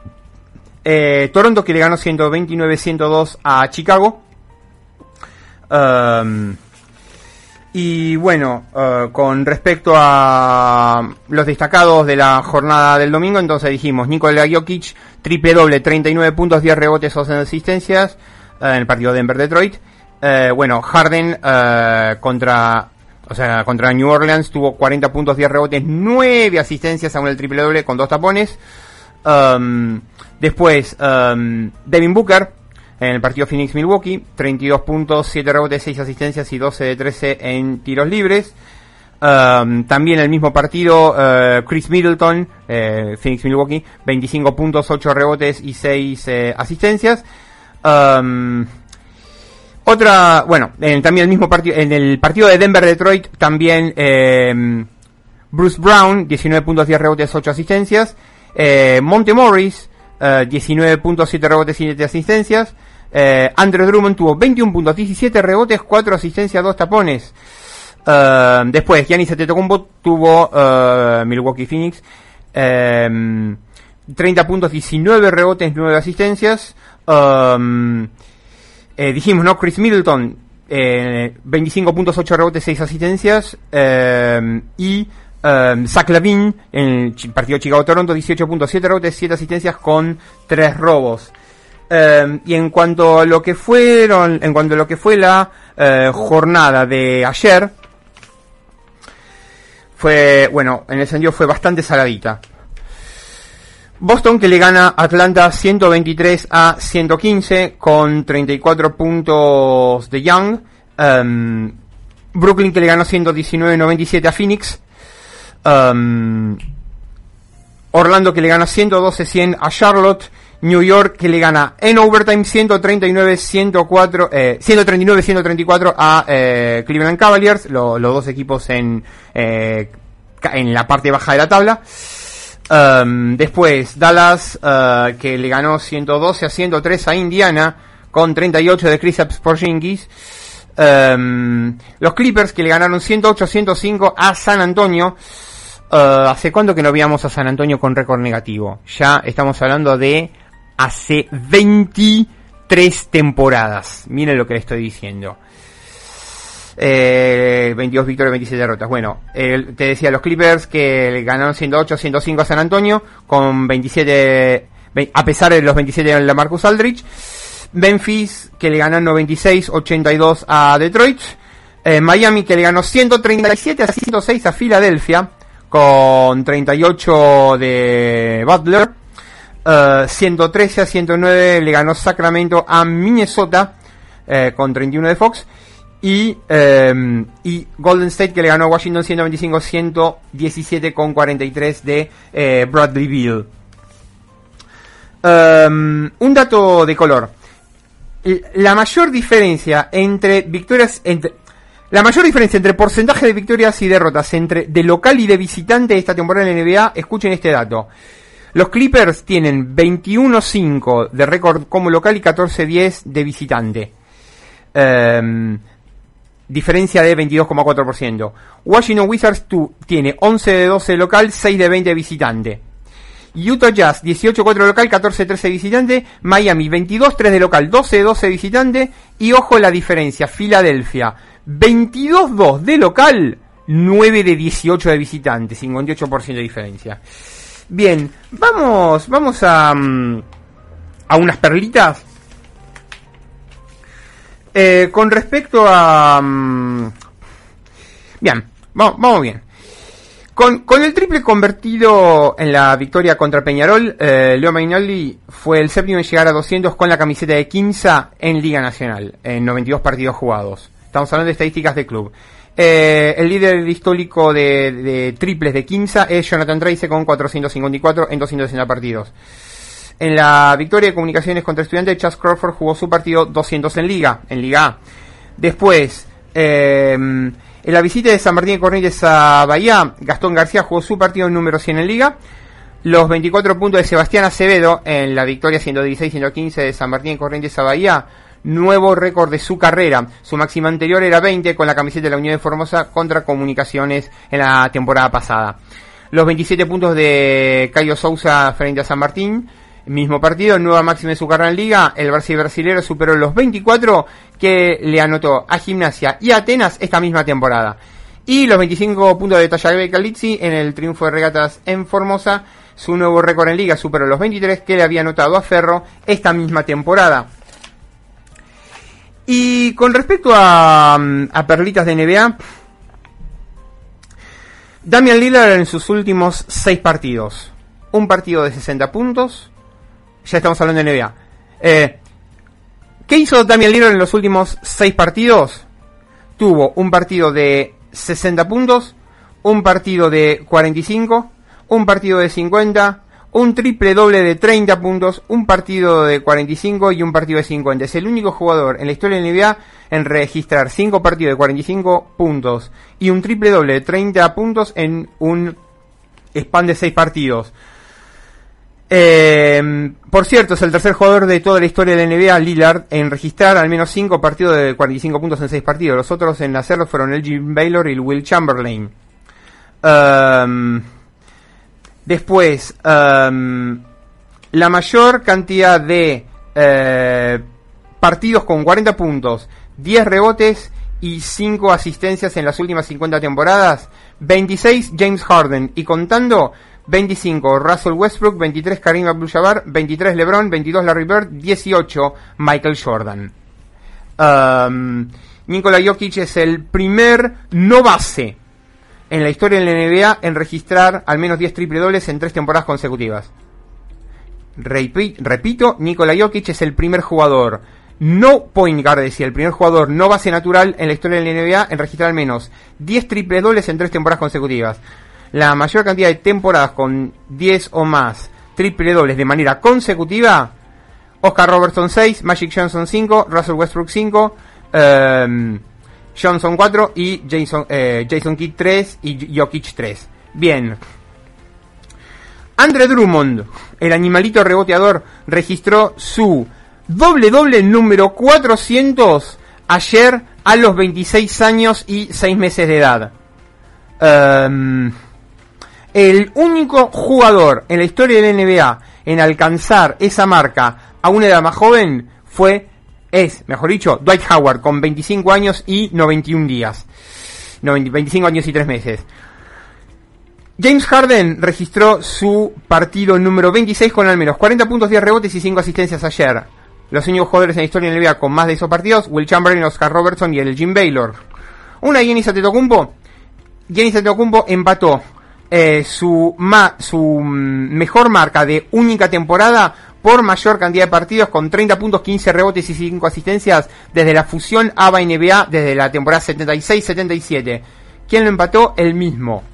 Eh, Toronto que le ganó ciento veintinueve a ciento dos a Chicago, Um, y bueno, uh, con respecto a los destacados de la jornada del domingo, entonces dijimos Nikola Jokic, triple doble, treinta y nueve puntos, diez rebotes, once asistencias uh, en el partido Denver-Detroit. Uh, bueno, Harden uh, contra, o sea, contra New Orleans tuvo cuarenta puntos, diez rebotes, nueve asistencias, aún el triple doble con dos tapones. Um, después, um, Devin Booker en el partido Phoenix-Milwaukee, treinta y dos puntos, siete rebotes, seis asistencias y doce de trece en tiros libres. Um, también el mismo partido, uh, Chris Middleton, eh, Phoenix-Milwaukee, veinticinco puntos, ocho rebotes y seis eh, asistencias. Um, otra, bueno, en, también el mismo partido, en el partido de Denver-Detroit, también eh, Bruce Brown, diecinueve puntos, diez rebotes, ocho asistencias. Eh, Monte Morris, uh, diecinueve puntos, siete rebotes y siete asistencias. Eh, Andrew Drummond tuvo veintiún puntos, diecisiete rebotes, cuatro asistencias, dos tapones. Uh, después, Giannis Antetokounmpo tuvo uh, Milwaukee Phoenix, eh, treinta puntos, diecinueve rebotes, nueve asistencias. Um, eh, dijimos, ¿no? Chris Middleton, eh, veinticinco puntos, ocho rebotes, seis asistencias. Eh, y um, Zach LaVine, en el partido Chicago-Toronto, dieciocho puntos, siete rebotes, siete asistencias con tres robos. Eh, y en cuanto a lo que fueron, en cuanto a lo que fue la eh, jornada de ayer, fue, bueno, en el sentido fue bastante saladita. Boston, que le gana a Atlanta ciento veintitrés a ciento quince con treinta y cuatro puntos de Young. Um, Brooklyn, que le ganó ciento diecinueve a noventa y siete a Phoenix. Um, Orlando, que le gana ciento doce a cien a Charlotte. New York, que le gana en overtime ciento treinta y nueve a ciento cuatro, eh, ciento treinta y nueve a ciento treinta y cuatro a eh, Cleveland Cavaliers, lo, los dos equipos en eh, en la parte baja de la tabla. Um, después Dallas, uh, que le ganó ciento doce a ciento tres a Indiana con treinta y ocho de Kristaps Porzingis. Um, los Clippers, que le ganaron ciento ocho a ciento cinco a San Antonio. Uh, ¿Hace cuánto que no veíamos a San Antonio con récord negativo? Ya estamos hablando de hace veintitrés temporadas. Miren lo que le estoy diciendo. Eh, veintidós victorias, veintisiete derrotas. Bueno, eh, te decía, los Clippers que ganaron ciento ocho a ciento cinco a San Antonio con veintisiete, a pesar de los veintisiete de LaMarcus Aldridge. Memphis, que le ganó noventa y seis a ochenta y dos a Detroit. Eh, Miami, que le ganó ciento treinta y siete a ciento seis a Filadelfia con treinta y ocho de Butler. Uh, ciento trece a ciento nueve le ganó Sacramento a Minnesota eh, con treinta y uno de Fox. Y, eh, y Golden State, que le ganó a Washington ciento veinticinco a ciento diecisiete con cuarenta y tres de eh, Bradley Beal. Um, un dato de color. La mayor diferencia entre victorias, entre, la mayor diferencia entre porcentaje de victorias y derrotas entre de local y de visitante esta temporada en la N B A, escuchen este dato. Los Clippers tienen veintiuno a cinco de récord como local y catorce a diez de visitante. Um, diferencia de veintidós coma cuatro por ciento. Washington Wizards tu, tiene once de doce local, seis de veinte de visitante. Utah Jazz dieciocho a cuatro local, catorce a trece de visitante. Miami veintidós a tres de local, doce a doce de visitante. Y ojo la diferencia, Filadelfia veintidós a dos de local, nueve de dieciocho de visitante, cincuenta y ocho por ciento de diferencia. Bien, vamos vamos a, a unas perlitas. Eh, con respecto a... Um, bien, vamos, vamos bien. Con, con el triple convertido en la victoria contra Peñarol, eh, Leo Mainolli fue el séptimo en llegar a doscientos con la camiseta de Quimsa en Liga Nacional, en noventa y dos partidos jugados. Estamos hablando de estadísticas de club. Eh, el líder histórico de, de triples de Quimsa es Jonathan Trace con cuatrocientos cincuenta y cuatro en doscientos sesenta partidos. En la victoria de Comunicaciones contra Estudiantes, Chas Crawford jugó su partido doscientos en Liga, en Liga A. Después, eh, en la visita de San Martín de Corrientes a Bahía, Gastón García jugó su partido número cien en Liga. Los veinticuatro puntos de Sebastián Acevedo en la victoria ciento dieciséis a ciento quince de San Martín de Corrientes a Bahía, nuevo récord de su carrera. Su máxima anterior era veinte con la camiseta de la Unión de Formosa contra Comunicaciones en la temporada pasada. Los veintisiete puntos de Cayo Sousa frente a San Martín. Mismo partido, nueva máxima de su carrera en Liga, el Barça brasilero superó los veinticuatro que le anotó a Gimnasia y a Atenas esta misma temporada. Y los veinticinco puntos de Tagliafico Calizzi en el triunfo de Regatas en Formosa, su nuevo récord en Liga superó los veintitrés que le había anotado a Ferro esta misma temporada. Y con respecto a, a perlitas de N B A, Damian Lillard en sus últimos seis partidos, un partido de sesenta puntos. Ya estamos hablando de N B A. Eh, ¿Qué hizo Damian Lillard en los últimos seis partidos? Tuvo un partido de sesenta puntos, un partido de cuarenta y cinco, un partido de cincuenta, un triple doble de treinta puntos, un partido de cuarenta y cinco y un partido de cincuenta. Es el único jugador en la historia de N B A en registrar cinco partidos de cuarenta y cinco puntos y un triple doble de treinta puntos en un span de seis partidos. Eh, por cierto, es el tercer jugador de toda la historia de la N B A, Lillard, en registrar al menos cinco partidos de cuarenta y cinco puntos en seis partidos. Los otros en hacerlo fueron el Jim Baylor y el Will Chamberlain. Um, después, um, la mayor cantidad de eh, partidos con cuarenta puntos, diez rebotes y cinco asistencias en las últimas cincuenta temporadas, veintiséis James Harden, y contando, veinticinco Russell Westbrook, veintitrés Kareem Abdul-Jabbar, veintitrés LeBron, veintidós Larry Bird, dieciocho Michael Jordan. Um, Nikola Jokic es el primer no base en la historia de la N B A en registrar al menos diez triple dobles en tres temporadas consecutivas. Repi- repito, Nikola Jokic es el primer jugador no point guard, es decir, el primer jugador no base natural en la historia de la N B A en registrar al menos diez triple dobles en tres temporadas consecutivas. La mayor cantidad de temporadas con diez o más triple dobles de manera consecutiva, Oscar Robertson seis, Magic Johnson cinco, Russell Westbrook cinco, um, Johnson cuatro y Jason, eh, Jason Kidd tres y Jokic tres. Bien. Andre Drummond, el animalito reboteador, registró su doble doble número cuatrocientos ayer a los veintiséis años y seis meses de edad. Um, el único jugador en la historia de la N B A en alcanzar esa marca a una edad más joven fue, es, mejor dicho, Dwight Howard, con veinticinco años y noventa y un días. No, veinticinco años y tres meses. James Harden registró su partido número veintiséis con al menos cuarenta puntos, diez rebotes y cinco asistencias ayer. Los únicos jugadores en la historia de la N B A con más de esos partidos, Will Chamberlain, Oscar Robertson y el Jim Baylor. Una Giannis Antetokounmpo. Giannis Antetokounmpo empató eh, su, ma, su mejor marca de única temporada por mayor cantidad de partidos, con treinta puntos, quince rebotes y cinco asistencias desde la fusión A B A N B A desde la temporada setenta y seis setenta y siete. ¿Quién lo empató? El mismo.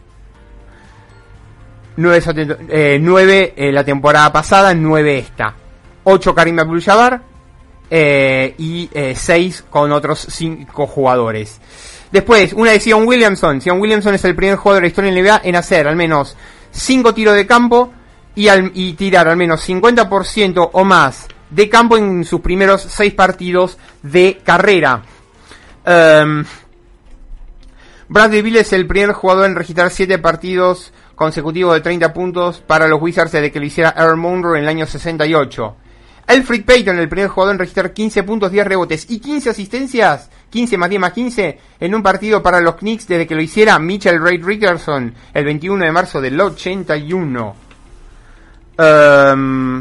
nueve eh, nueve eh, la temporada pasada, nueve esta. ocho Kareem Abdul-Jabbar eh, y eh, seis con otros cinco jugadores. Después, una de Zion Williamson. Zion Williamson es el primer jugador de la historia de la N B A en hacer al menos cinco tiros de campo y, al, y tirar al menos cincuenta por ciento o más de campo en sus primeros seis partidos de carrera. Um, Bradley Beal es el primer jugador en registrar siete partidos consecutivos de treinta puntos para los Wizards desde que lo hiciera Earl Monroe en el año sesenta y ocho. Elfrid Payton, el primer jugador en registrar quince puntos, diez rebotes y quince asistencias, quince más diez más quince, en un partido para los Knicks desde que lo hiciera Mitchell Ray Richardson el veintiuno de marzo del ochenta y uno. Um,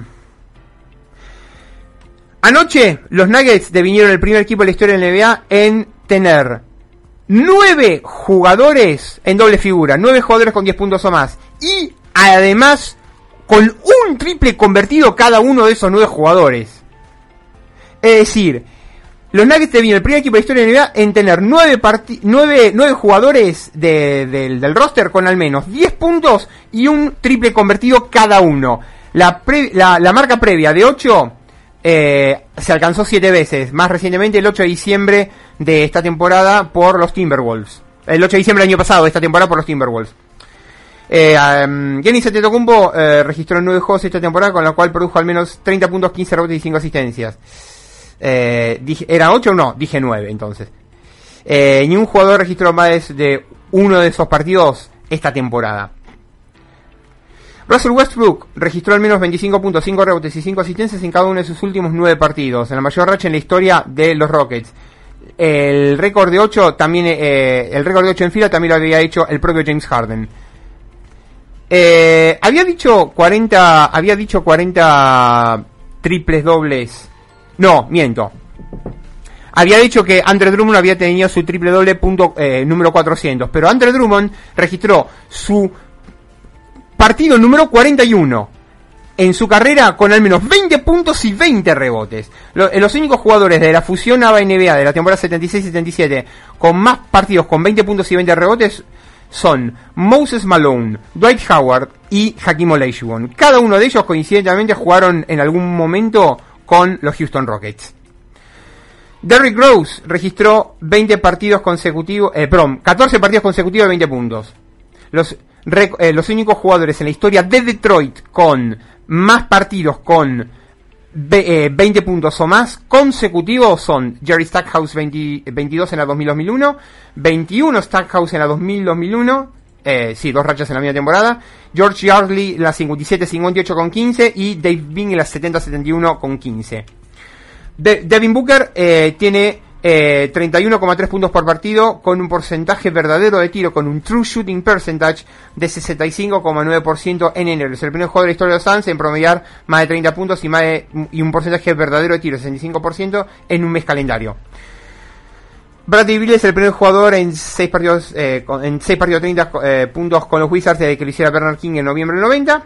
anoche, los Nuggets devinieron el primer equipo de la historia de la N B A en tener nueve jugadores en doble figura, nueve jugadores con diez puntos o más, y además con un triple convertido cada uno de esos nueve jugadores. Es decir, los Nuggets devinieron el primer equipo de la historia de la N B A en tener nueve, parti- nueve, nueve jugadores de, de, del roster con al menos diez puntos y un triple convertido cada uno. La, pre- la, la marca previa de ocho eh, se alcanzó siete veces, más recientemente el ocho de diciembre de esta temporada por los Timberwolves. El ocho de diciembre del año pasado, de esta temporada, por los Timberwolves. Eh, um, Giannis Antetokounmpo eh, registró nueve juegos esta temporada, con la cual produjo al menos treinta puntos, quince rebotes y cinco asistencias. Eh, dije, ¿Era ocho o no? Dije nueve, entonces. Eh, ni un jugador registró más de uno de esos partidos esta temporada. Russell Westbrook registró al menos veinticinco puntos, cinco rebotes y cinco asistencias en cada uno de sus últimos nueve partidos, en la mayor racha en la historia de los Rockets. El récord de ocho también, eh, el récord de ocho en fila también lo había hecho el propio James Harden. Eh, había dicho cuarenta, había dicho cuarenta triples dobles. No, miento. Había dicho que Andre Drummond había tenido su triple doble punto eh, número cuatrocientos, pero Andre Drummond registró su partido número cuarenta y uno en su carrera con al menos veinte puntos y veinte rebotes. Los, los únicos jugadores de la fusión A B A N B A de la temporada setenta y seis setenta y siete con más partidos con veinte puntos y veinte rebotes son Moses Malone, Dwight Howard y Hakeem Olajuwon. Cada uno de ellos coincidentemente jugaron en algún momento con los Houston Rockets. Derrick Rose registró veinte partidos consecutivos, eh, perdón, catorce partidos consecutivos de veinte puntos. Los, rec, eh, los únicos jugadores en la historia de Detroit con más partidos con ve, eh, veinte puntos o más consecutivos son Jerry Stackhouse veinte, veintidós en la dos mil dos mil uno, veintiuno Stackhouse en la dos mil dos mil uno, eh, sí, dos rachas en la misma temporada, George Yardley en la cincuenta y siete cincuenta y ocho con quince y Dave Bing en la setenta setenta y uno con quince. De- Devin Booker eh, tiene eh, treinta y uno coma tres puntos por partido con un porcentaje verdadero de tiro, con un true shooting percentage de sesenta y cinco coma nueve por ciento en enero. Es el primer jugador de la historia de los Suns en promediar más de treinta puntos y, más de, y un porcentaje verdadero de tiro, sesenta y cinco por ciento en un mes calendario. Bradley Beal es el primer jugador en seis partidos eh, con, en seis partidos treinta eh, puntos con los Wizards desde que lo hiciera Bernard King en noviembre del noventa.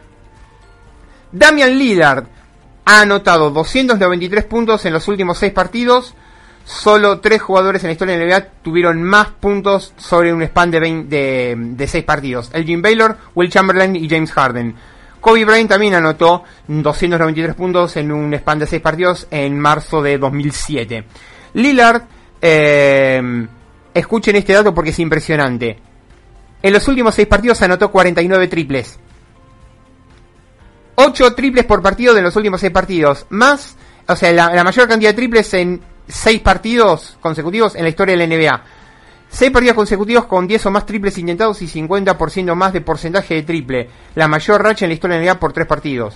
Damian Lillard ha anotado doscientos noventa y tres puntos en los últimos seis partidos. Solo tres jugadores en la historia de la N B A tuvieron más puntos sobre un span de, veinte, de, de seis partidos. Elgin Baylor, Will Chamberlain y James Harden. Kobe Bryant también anotó doscientos noventa y tres puntos en un span de seis partidos en marzo de dos mil siete. Lillard, eh, escuchen este dato porque es impresionante. En los últimos seis partidos anotó cuarenta y nueve triples. ocho triples por partido de los últimos seis partidos. Más, o sea, la, la mayor cantidad de triples en seis partidos consecutivos en la historia de la N B A. seis partidos consecutivos con diez o más triples intentados y cincuenta por ciento más de porcentaje de triple. La mayor racha en la historia de la N B A por tres partidos.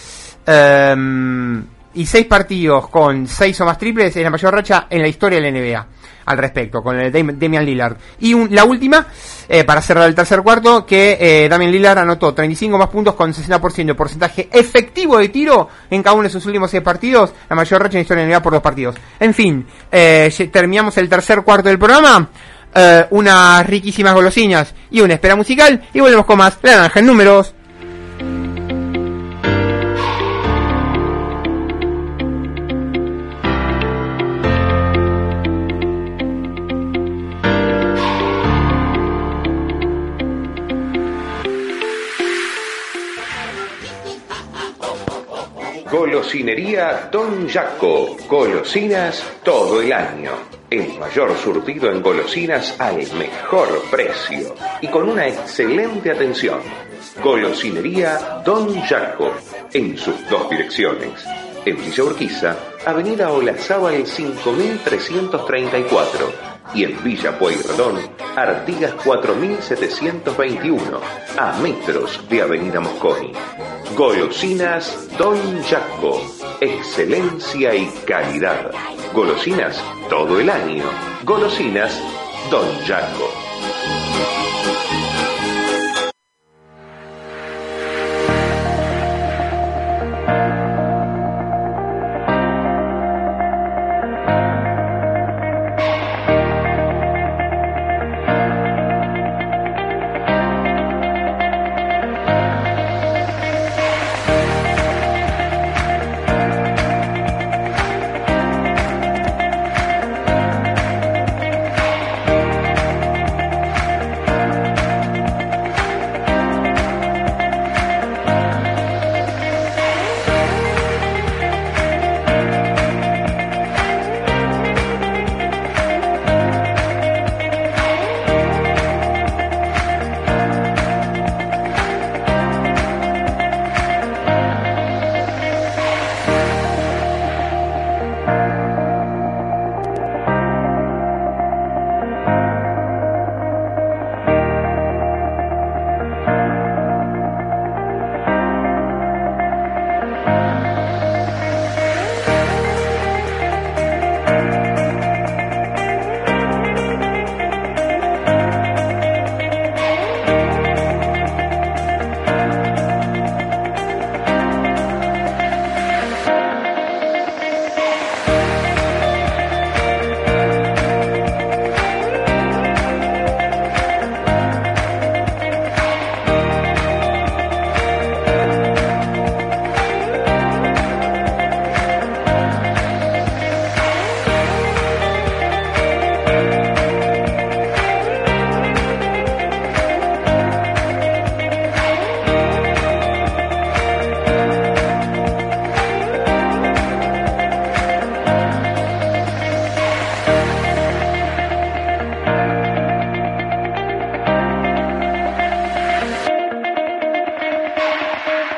Um, y seis partidos con seis o más triples es la mayor racha en la historia de la N B A. Al respecto, con el Dam- Damian Lillard. Y un, la última, eh, para cerrar el tercer cuarto, que eh, Damian Lillard anotó treinta y cinco más puntos con sesenta por ciento de porcentaje efectivo de tiro en cada uno de sus últimos seis partidos, la mayor racha en la historia de la N B A por dos partidos. En fin, eh, terminamos el tercer cuarto del programa, eh, unas riquísimas golosinas y una espera musical, y volvemos con más La Naranja en Números. Golosinería Don Jaco. Golosinas todo el año. El mayor surtido en golosinas al mejor precio y con una excelente atención. Golosinería Don Jaco. En sus dos direcciones. En Villa Urquiza, Avenida Olazábal cinco mil trescientos treinta y cuatro. Y en Villa Pueyrredón, Artigas cuatro mil setecientos veintiuno, a metros de Avenida Mosconi. Golosinas Don Jaco, excelencia y calidad. Golosinas todo el año. Golosinas Don Jaco.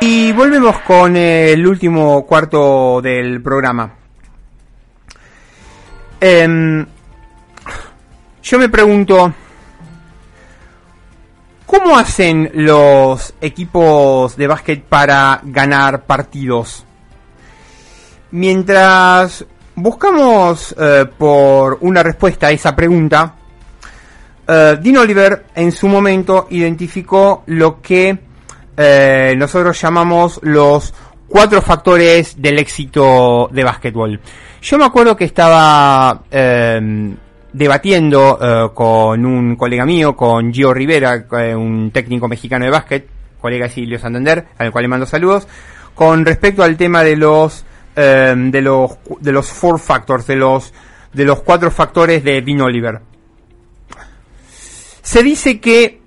Y volvemos con el último cuarto del programa. Eh, yo me pregunto, ¿cómo hacen los equipos de básquet para ganar partidos? Mientras buscamos eh, por una respuesta a esa pregunta, eh, Dean Oliver en su momento identificó lo que eh, nosotros llamamos los cuatro factores del éxito de básquetbol. Yo me acuerdo que estaba eh, debatiendo eh, con un colega mío, con Gio Rivera, eh, un técnico mexicano de básquet, colega de Silvio Santander, al cual le mando saludos, con respecto al tema de los eh, de los de los four factors, de los de los cuatro factores de Dean Oliver. Se dice que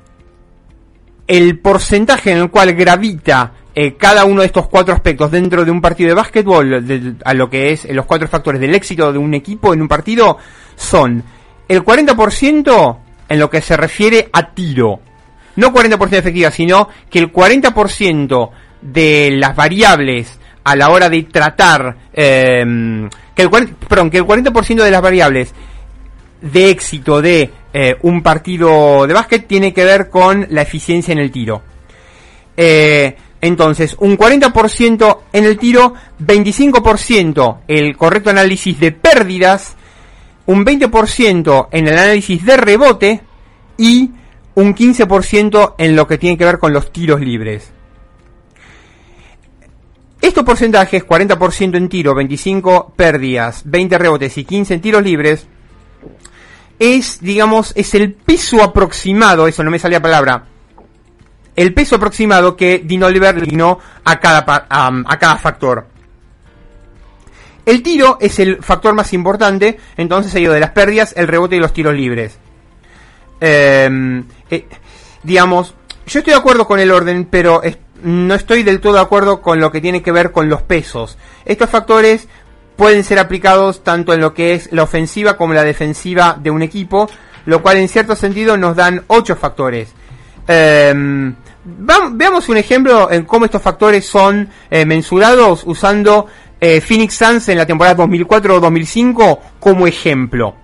el porcentaje en el cual gravita eh, cada uno de estos cuatro aspectos dentro de un partido de básquetbol, de, a lo que es eh, los cuatro factores del éxito de un equipo en un partido, son el cuarenta por ciento en lo que se refiere a tiro. No cuarenta por ciento de efectividad, sino que el cuarenta por ciento de las variables a la hora de tratar, eh, que el cuarenta, perdón, que el cuarenta por ciento de las variables de éxito de eh, un partido de básquet tiene que ver con la eficiencia en el tiro. Eh, entonces, un cuarenta por ciento en el tiro, veinticinco por ciento el correcto análisis de pérdidas, un veinte por ciento en el análisis de rebote y un quince por ciento en lo que tiene que ver con los tiros libres. Estos porcentajes, cuarenta por ciento en tiro, veinticinco pérdidas, veinte rebotes y quince en tiros libres, es, digamos, es el peso aproximado, eso no me salía palabra, el peso aproximado que Dean Oliver le asignó a cada, a, a cada factor. El tiro es el factor más importante, entonces seguido de las pérdidas, el rebote y los tiros libres. Eh, eh, digamos, yo estoy de acuerdo con el orden, pero es, no estoy del todo de acuerdo con lo que tiene que ver con los pesos. Estos factores pueden ser aplicados tanto en lo que es la ofensiva como la defensiva de un equipo, lo cual en cierto sentido nos dan ocho factores. Eh, vamos, veamos un ejemplo en cómo estos factores son eh, mensurados usando eh, Phoenix Suns en la temporada dos mil cuatro dos mil cinco como ejemplo.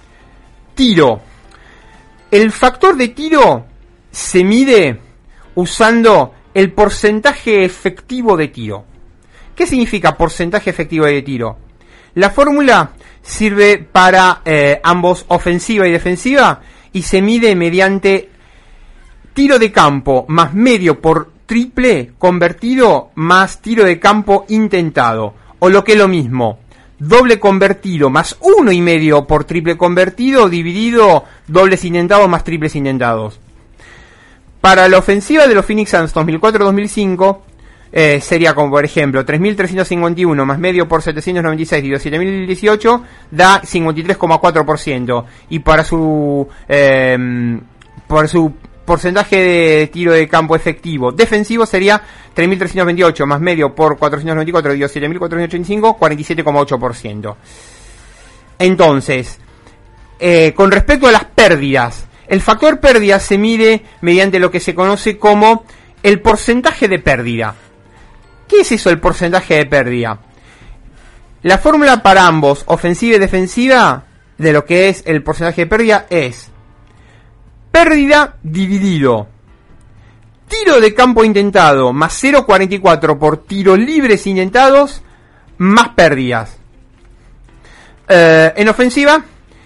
Tiro. El factor de tiro se mide usando el porcentaje efectivo de tiro. ¿Qué significa porcentaje efectivo de tiro? La fórmula sirve para eh, ambos ofensiva y defensiva y se mide mediante tiro de campo más medio por triple convertido más tiro de campo intentado, o lo que es lo mismo, doble convertido más uno y medio por triple convertido dividido dobles intentados más triples intentados. Para la ofensiva de los Phoenix Suns dos mil cuatro dos mil cinco eh, sería como por ejemplo tres mil trescientos cincuenta y uno más medio por setecientos noventa y seis dividido siete mil dieciocho da cincuenta y tres coma cuatro por ciento, y para su eh, por su porcentaje de tiro de campo efectivo defensivo sería tres mil trescientos veintiocho más medio por cuatrocientos noventa y cuatro dividido siete mil cuatrocientos ochenta y cinco, cuarenta y siete coma ocho por ciento. Entonces, eh, con respecto a las pérdidas, el factor pérdida se mide mediante lo que se conoce como el porcentaje de pérdida. ¿Qué es eso, el porcentaje de pérdida? La fórmula para ambos, ofensiva y defensiva, de lo que es el porcentaje de pérdida es pérdida dividido tiro de campo intentado más cero coma cuarenta y cuatro por tiros libres intentados más pérdidas. Eh, en ofensiva,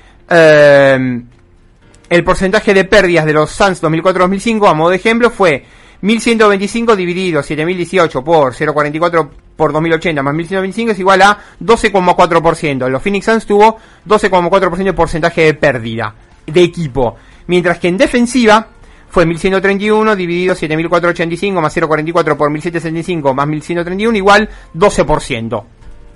eh, el porcentaje de pérdidas de los Suns dos mil cuatro dos mil cinco, a modo de ejemplo, fue mil ciento veinticinco dividido siete mil dieciocho por cero coma cuarenta y cuatro por dos mil ochenta más mil ciento veinticinco es igual a doce coma cuatro por ciento. Los Phoenix Suns tuvo doce coma cuatro por ciento de porcentaje de pérdida de equipo, mientras que en defensiva fue mil ciento treinta y uno dividido siete mil cuatrocientos ochenta y cinco más cero coma cuarenta y cuatro por mil setecientos setenta y cinco más mil ciento treinta y uno igual doce por ciento.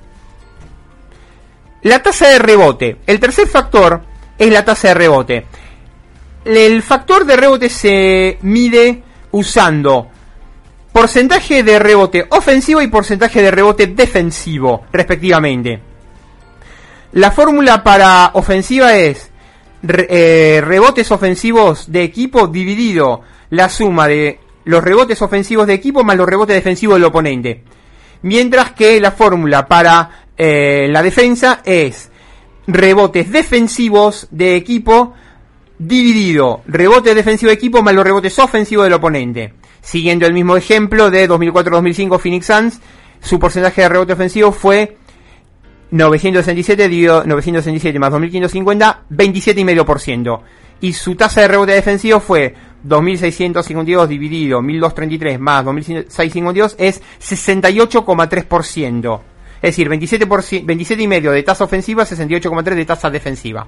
La tasa de rebote. El tercer factor es la tasa de rebote. El factor de rebote se mide usando porcentaje de rebote ofensivo y porcentaje de rebote defensivo, respectivamente. La fórmula para ofensiva es re, eh, rebotes ofensivos de equipo dividido la suma de los rebotes ofensivos de equipo más los rebotes defensivos del oponente. Mientras que la fórmula para eh, la defensa es rebotes defensivos de equipo dividido rebotes defensivos de equipo más los rebotes ofensivos del oponente. Siguiendo el mismo ejemplo de dos mil cuatro dos mil cinco Phoenix Suns, su porcentaje de rebote ofensivo fue novecientos sesenta y siete dividido novecientos sesenta y siete más dos mil quinientos cincuenta, veintisiete coma cinco por ciento. Y su tasa de rebote defensivo fue dos mil seiscientos cincuenta y dos dividido mil doscientos treinta y tres más dos mil seiscientos cincuenta y dos es sesenta y ocho coma tres por ciento. Es decir, veintisiete por ciento, veintisiete coma cinco de tasa ofensiva, sesenta y ocho coma tres de tasa defensiva.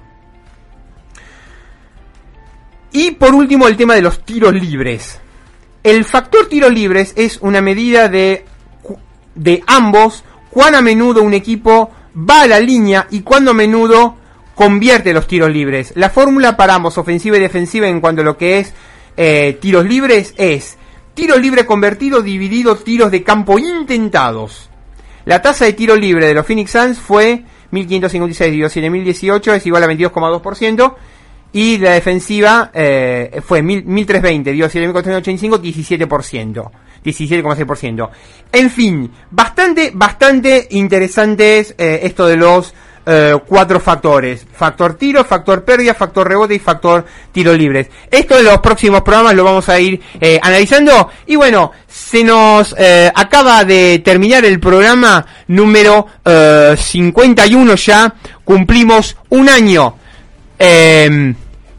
Y por último, el tema de los tiros libres. El factor tiros libres es una medida de, de ambos, cuán a menudo un equipo va a la línea y cuán a menudo convierte los tiros libres. La fórmula para ambos, ofensiva y defensiva, en cuanto a lo que es eh, tiros libres, es tiro libre convertido dividido tiros de campo intentados. La tasa de tiro libre de los Phoenix Suns fue mil quinientos cincuenta y seis dividido siete mil dieciocho, es igual a veintidós coma dos por ciento. Y la defensiva eh, fue mil trescientos veinte dividido siete mil cuatrocientos ochenta y cinco, diecisiete por ciento. diecisiete coma seis por ciento. En fin, bastante, bastante interesantes eh, esto de los eh, cuatro factores. Factor tiro, factor pérdida, factor rebote y factor tiro libres. Esto en los próximos programas lo vamos a ir eh, analizando. Y bueno, se nos eh, acaba de terminar el programa número eh, cincuenta y uno ya. Cumplimos un año. Eh,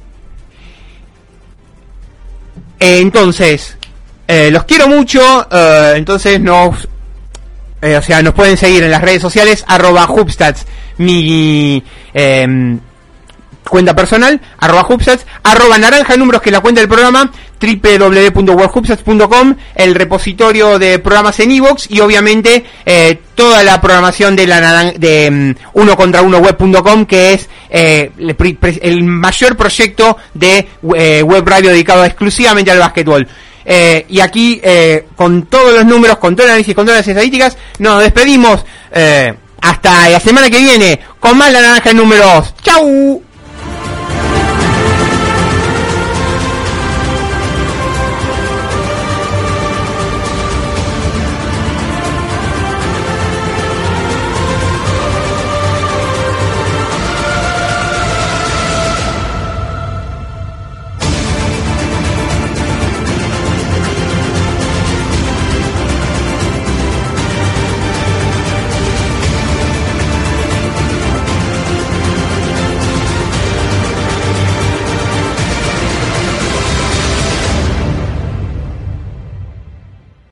eh, entonces, eh, los quiero mucho. Eh, entonces nos, eh, o sea, nos pueden seguir en las redes sociales, arroba Hubstats, mi eh, cuenta personal, arroba Hubstats, arroba naranja números, que es la cuenta del programa, doble u doble u doble u punto world hubstats punto com, el repositorio de programas en iVoox, y obviamente eh, toda la programación de la naran- de um, uno contra uno web punto com, que es eh, el, pre- el mayor proyecto de eh, web radio dedicado exclusivamente al básquetbol. Eh, y aquí, eh, con todos los números, con todo el análisis, con todas las estadísticas, nos despedimos eh, hasta la semana que viene con más La Naranja en Números. ¡Chau!